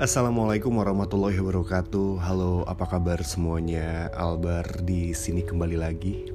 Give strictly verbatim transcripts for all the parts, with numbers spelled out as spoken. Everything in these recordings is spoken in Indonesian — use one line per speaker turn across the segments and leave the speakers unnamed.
Assalamualaikum warahmatullahi wabarakatuh. Halo, apa kabar semuanya? Albar di sini kembali lagi.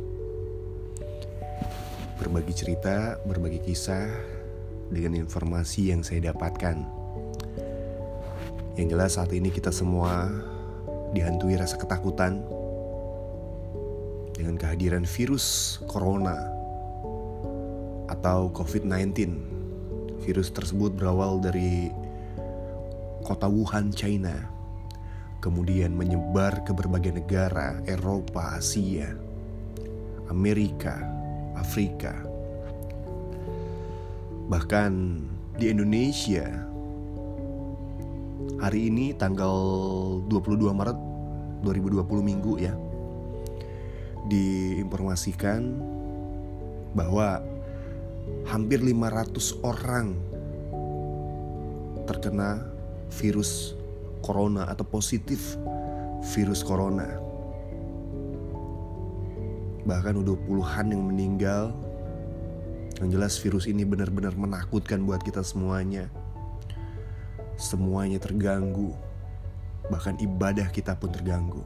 Berbagi cerita, berbagi kisah dengan informasi yang saya dapatkan. Yang jelas saat ini kita semua dihantui rasa ketakutan dengan kehadiran virus corona atau covid sembilan belas. Virus tersebut berawal dari kota Wuhan, China, kemudian menyebar ke berbagai negara Eropa, Asia, Amerika, Afrika. Bahkan di Indonesia hari ini tanggal dua puluh dua Maret dua ribu dua puluh Minggu ya, diinformasikan bahwa hampir lima ratus orang terkena virus corona atau positif virus corona. Bahkan udah puluhan yang meninggal. Yang jelas virus ini benar-benar menakutkan buat kita semuanya. Semuanya terganggu. Bahkan ibadah kita pun terganggu.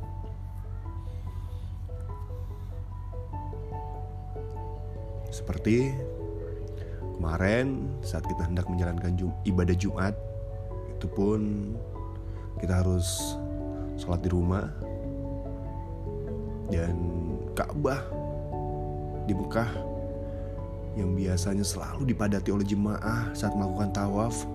Seperti kemarin saat kita hendak menjalankan jum- ibadah Jumat, itu pun kita harus sholat di rumah. Dan Ka'bah di Mekah yang biasanya selalu dipadati oleh jemaah saat melakukan tawaf,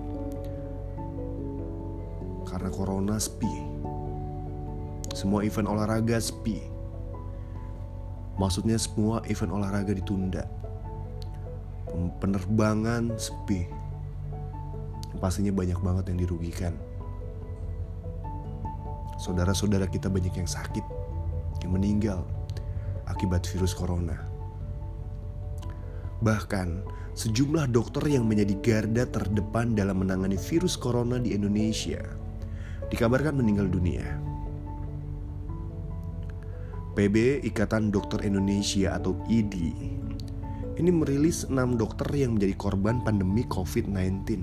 karena corona sepi. Semua event olahraga sepi. Maksudnya semua event olahraga ditunda. Penerbangan sepi. Pastinya banyak banget yang dirugikan. Saudara-saudara kita banyak yang sakit, yang meninggal akibat virus corona. Bahkan sejumlah dokter yang menjadi garda terdepan dalam menangani virus corona di Indonesia dikabarkan meninggal dunia. P B Ikatan Dokter Indonesia atau I D I ini merilis enam dokter yang menjadi korban pandemi covid sembilan belas.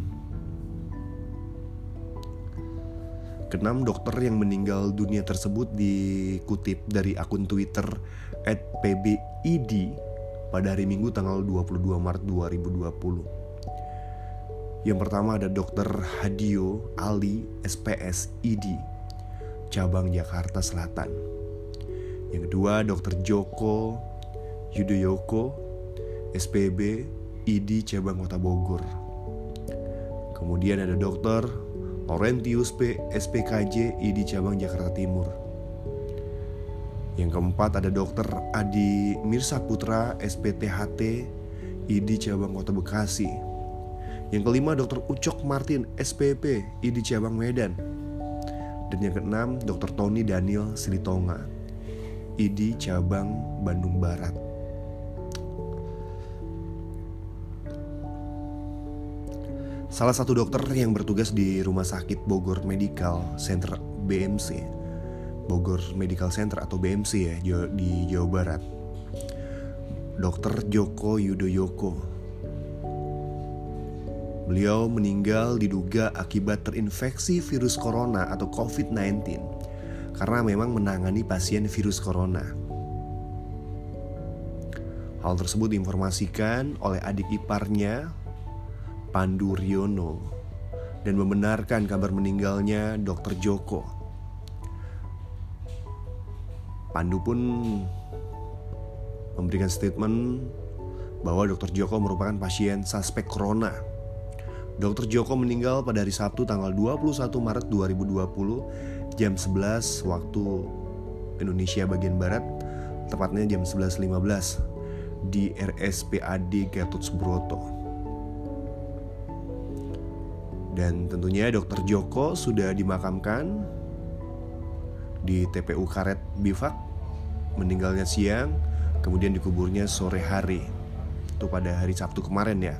Keenam dokter yang meninggal dunia tersebut dikutip dari akun Twitter et p b i d pada hari Minggu tanggal dua puluh dua Maret dua ribu dua puluh. Yang pertama ada dokter Hadio Ali S P S I D cabang Jakarta Selatan. Yang kedua dokter Joko Yudoyoko S P B I D cabang Kota Bogor. Kemudian ada dokter Laurentius P S P K J I D cabang Jakarta Timur. Yang keempat ada dokter Adi Mirsa Putra S P T H T I D cabang Kota Bekasi. Yang kelima dokter Ucok Martin S P P I D cabang Medan. Dan yang keenam dokter Tony Daniel Silitonga I D cabang Bandung Barat. Salah satu dokter yang bertugas di Rumah Sakit Bogor Medical Center B M C, Bogor Medical Center atau B M C ya di Jawa Barat, dokter Joko Yudoyoko. Beliau meninggal diduga akibat terinfeksi virus corona atau covid sembilan belas karena memang menangani pasien virus corona. Hal tersebut diinformasikan oleh adik iparnya Pandu Riono dan membenarkan kabar meninggalnya dokter Joko. Pandu pun memberikan statement bahwa dokter Joko merupakan pasien suspek corona. dokter Joko meninggal pada hari Sabtu tanggal dua puluh satu Maret dua ribu dua puluh jam sebelas waktu Indonesia bagian Barat, tepatnya jam sebelas lima belas di R S P A D Gatot Subroto. Dan tentunya dokter Joko sudah dimakamkan di T P U Karet Bifak. Meninggalnya siang, kemudian dikuburnya sore hari. Itu pada hari Sabtu kemarin ya.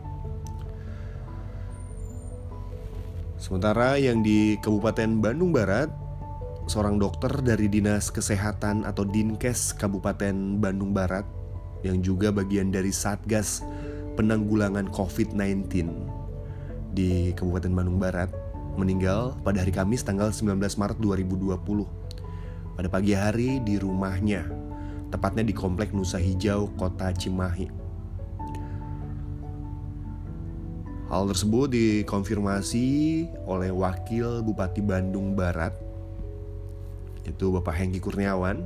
Sementara yang di Kabupaten Bandung Barat, seorang dokter dari Dinas Kesehatan atau Dinkes Kabupaten Bandung Barat yang juga bagian dari Satgas Penanggulangan covid sembilan belas di Kabupaten Bandung Barat meninggal pada hari Kamis tanggal sembilan belas Maret dua ribu dua puluh pada pagi hari di rumahnya, tepatnya di Komplek Nusa Hijau, Kota Cimahi. Hal tersebut dikonfirmasi oleh Wakil Bupati Bandung Barat, yaitu Bapak Hengki Kurniawan.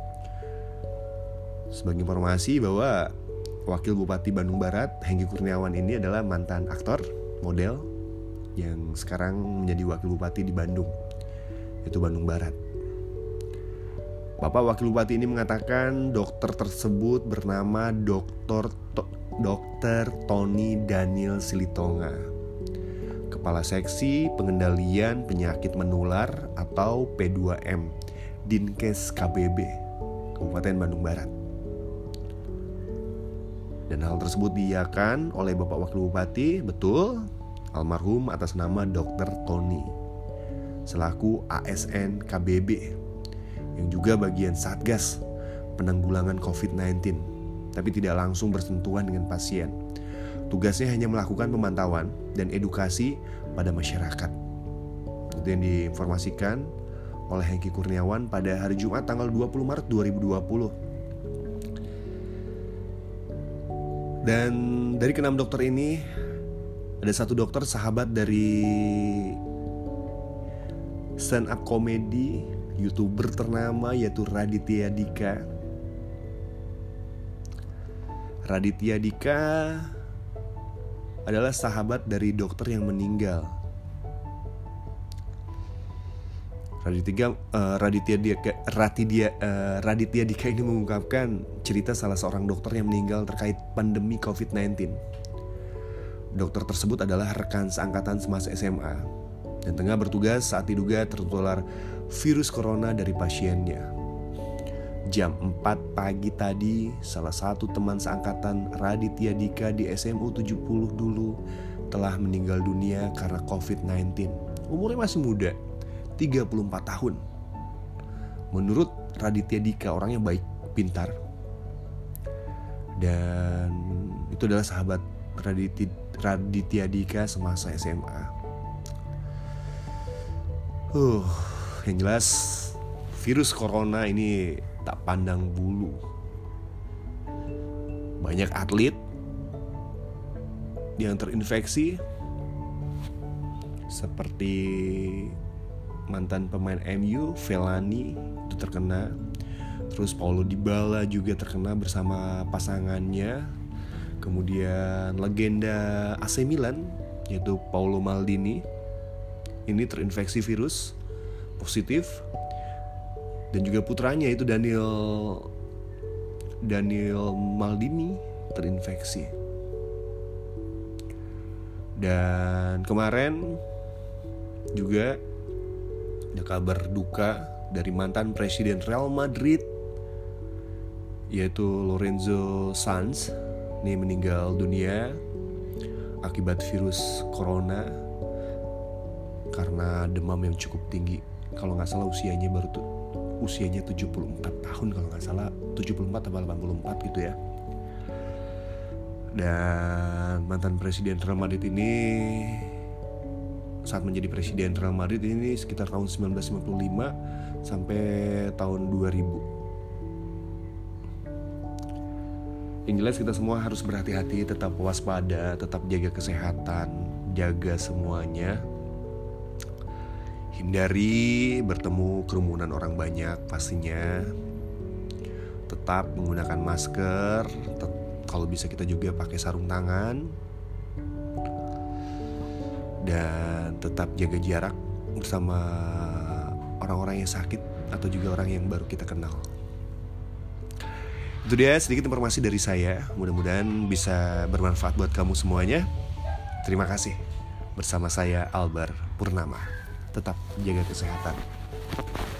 Sebagai informasi bahwa Wakil Bupati Bandung Barat, Hengki Kurniawan ini adalah mantan aktor, model, yang sekarang menjadi Wakil Bupati di Bandung, yaitu Bandung Barat. Bapak Wakil Bupati ini mengatakan dokter tersebut bernama Dokter Dokter Tony Daniel Silitonga, Kepala Seksi Pengendalian Penyakit Menular atau P dua M, Dinkes K B B, Kabupaten Bandung Barat. Dan hal tersebut diiyakan oleh Bapak Wakil Bupati, betul, almarhum atas nama Dokter Tony, selaku A S N K B B, yang juga bagian Satgas Penanggulangan covid sembilan belas, tapi tidak langsung bersentuhan dengan pasien. Tugasnya hanya melakukan pemantauan dan edukasi pada masyarakat. Itu yang diinformasikan oleh Hengki Kurniawan pada hari Jumat tanggal dua puluh Maret dua ribu dua puluh. Dan dari keenam dokter ini ada satu dokter sahabat dari stand up komedi YouTuber ternama, yaitu Raditya Dika. Raditya Dika adalah sahabat dari dokter yang meninggal. Raditya uh, Raditya Dika Raditya, uh, Raditya Dika ini mengungkapkan cerita salah seorang dokter yang meninggal terkait pandemi covid sembilan belas. Dokter tersebut adalah rekan seangkatan semasa S M A dan tengah bertugas saat diduga tertular virus corona dari pasiennya. Jam empat pagi tadi, salah satu teman seangkatan Raditya Dika di S M U tujuh puluh dulu telah meninggal dunia karena covid sembilan belas. Umurnya masih muda, tiga puluh empat tahun. Menurut Raditya Dika, orang yang baik, pintar, dan itu adalah sahabat Raditya, Raditya Dika semasa S M A. Uh, yang jelas virus corona ini tak pandang bulu. Banyak atlet yang terinfeksi, seperti mantan pemain M U Fellaini itu terkena. Terus Paulo Dybala juga terkena bersama pasangannya. Kemudian legenda A C Milan yaitu Paolo Maldini ini terinfeksi virus positif. Dan juga putranya itu Daniel Daniel Maldini terinfeksi. Dan kemarin juga ada kabar duka dari mantan presiden Real Madrid, yaitu Lorenzo Sanz. Ini meninggal dunia akibat virus corona karena demam yang cukup tinggi. Kalau nggak salah usianya baru tuh usianya tujuh puluh empat tahun, kalau nggak salah tujuh puluh empat atau delapan puluh empat gitu ya. Dan mantan presiden Real Madrid ini saat menjadi presiden Real Madrid ini sekitar tahun sembilan belas lima puluh lima sampai tahun dua ribu. Yang jelas kita semua harus berhati-hati, tetap waspada, tetap jaga kesehatan, jaga semuanya. Hindari bertemu kerumunan orang banyak pastinya. Tetap menggunakan masker, tet- kalau bisa kita juga pakai sarung tangan. Dan tetap jaga jarak bersama orang-orang yang sakit atau juga orang yang baru kita kenal. Itu dia sedikit informasi dari saya. Mudah-mudahan bisa bermanfaat buat kamu semuanya. Terima kasih. Bersama saya Albar Purnama. Tetap jaga kesehatan.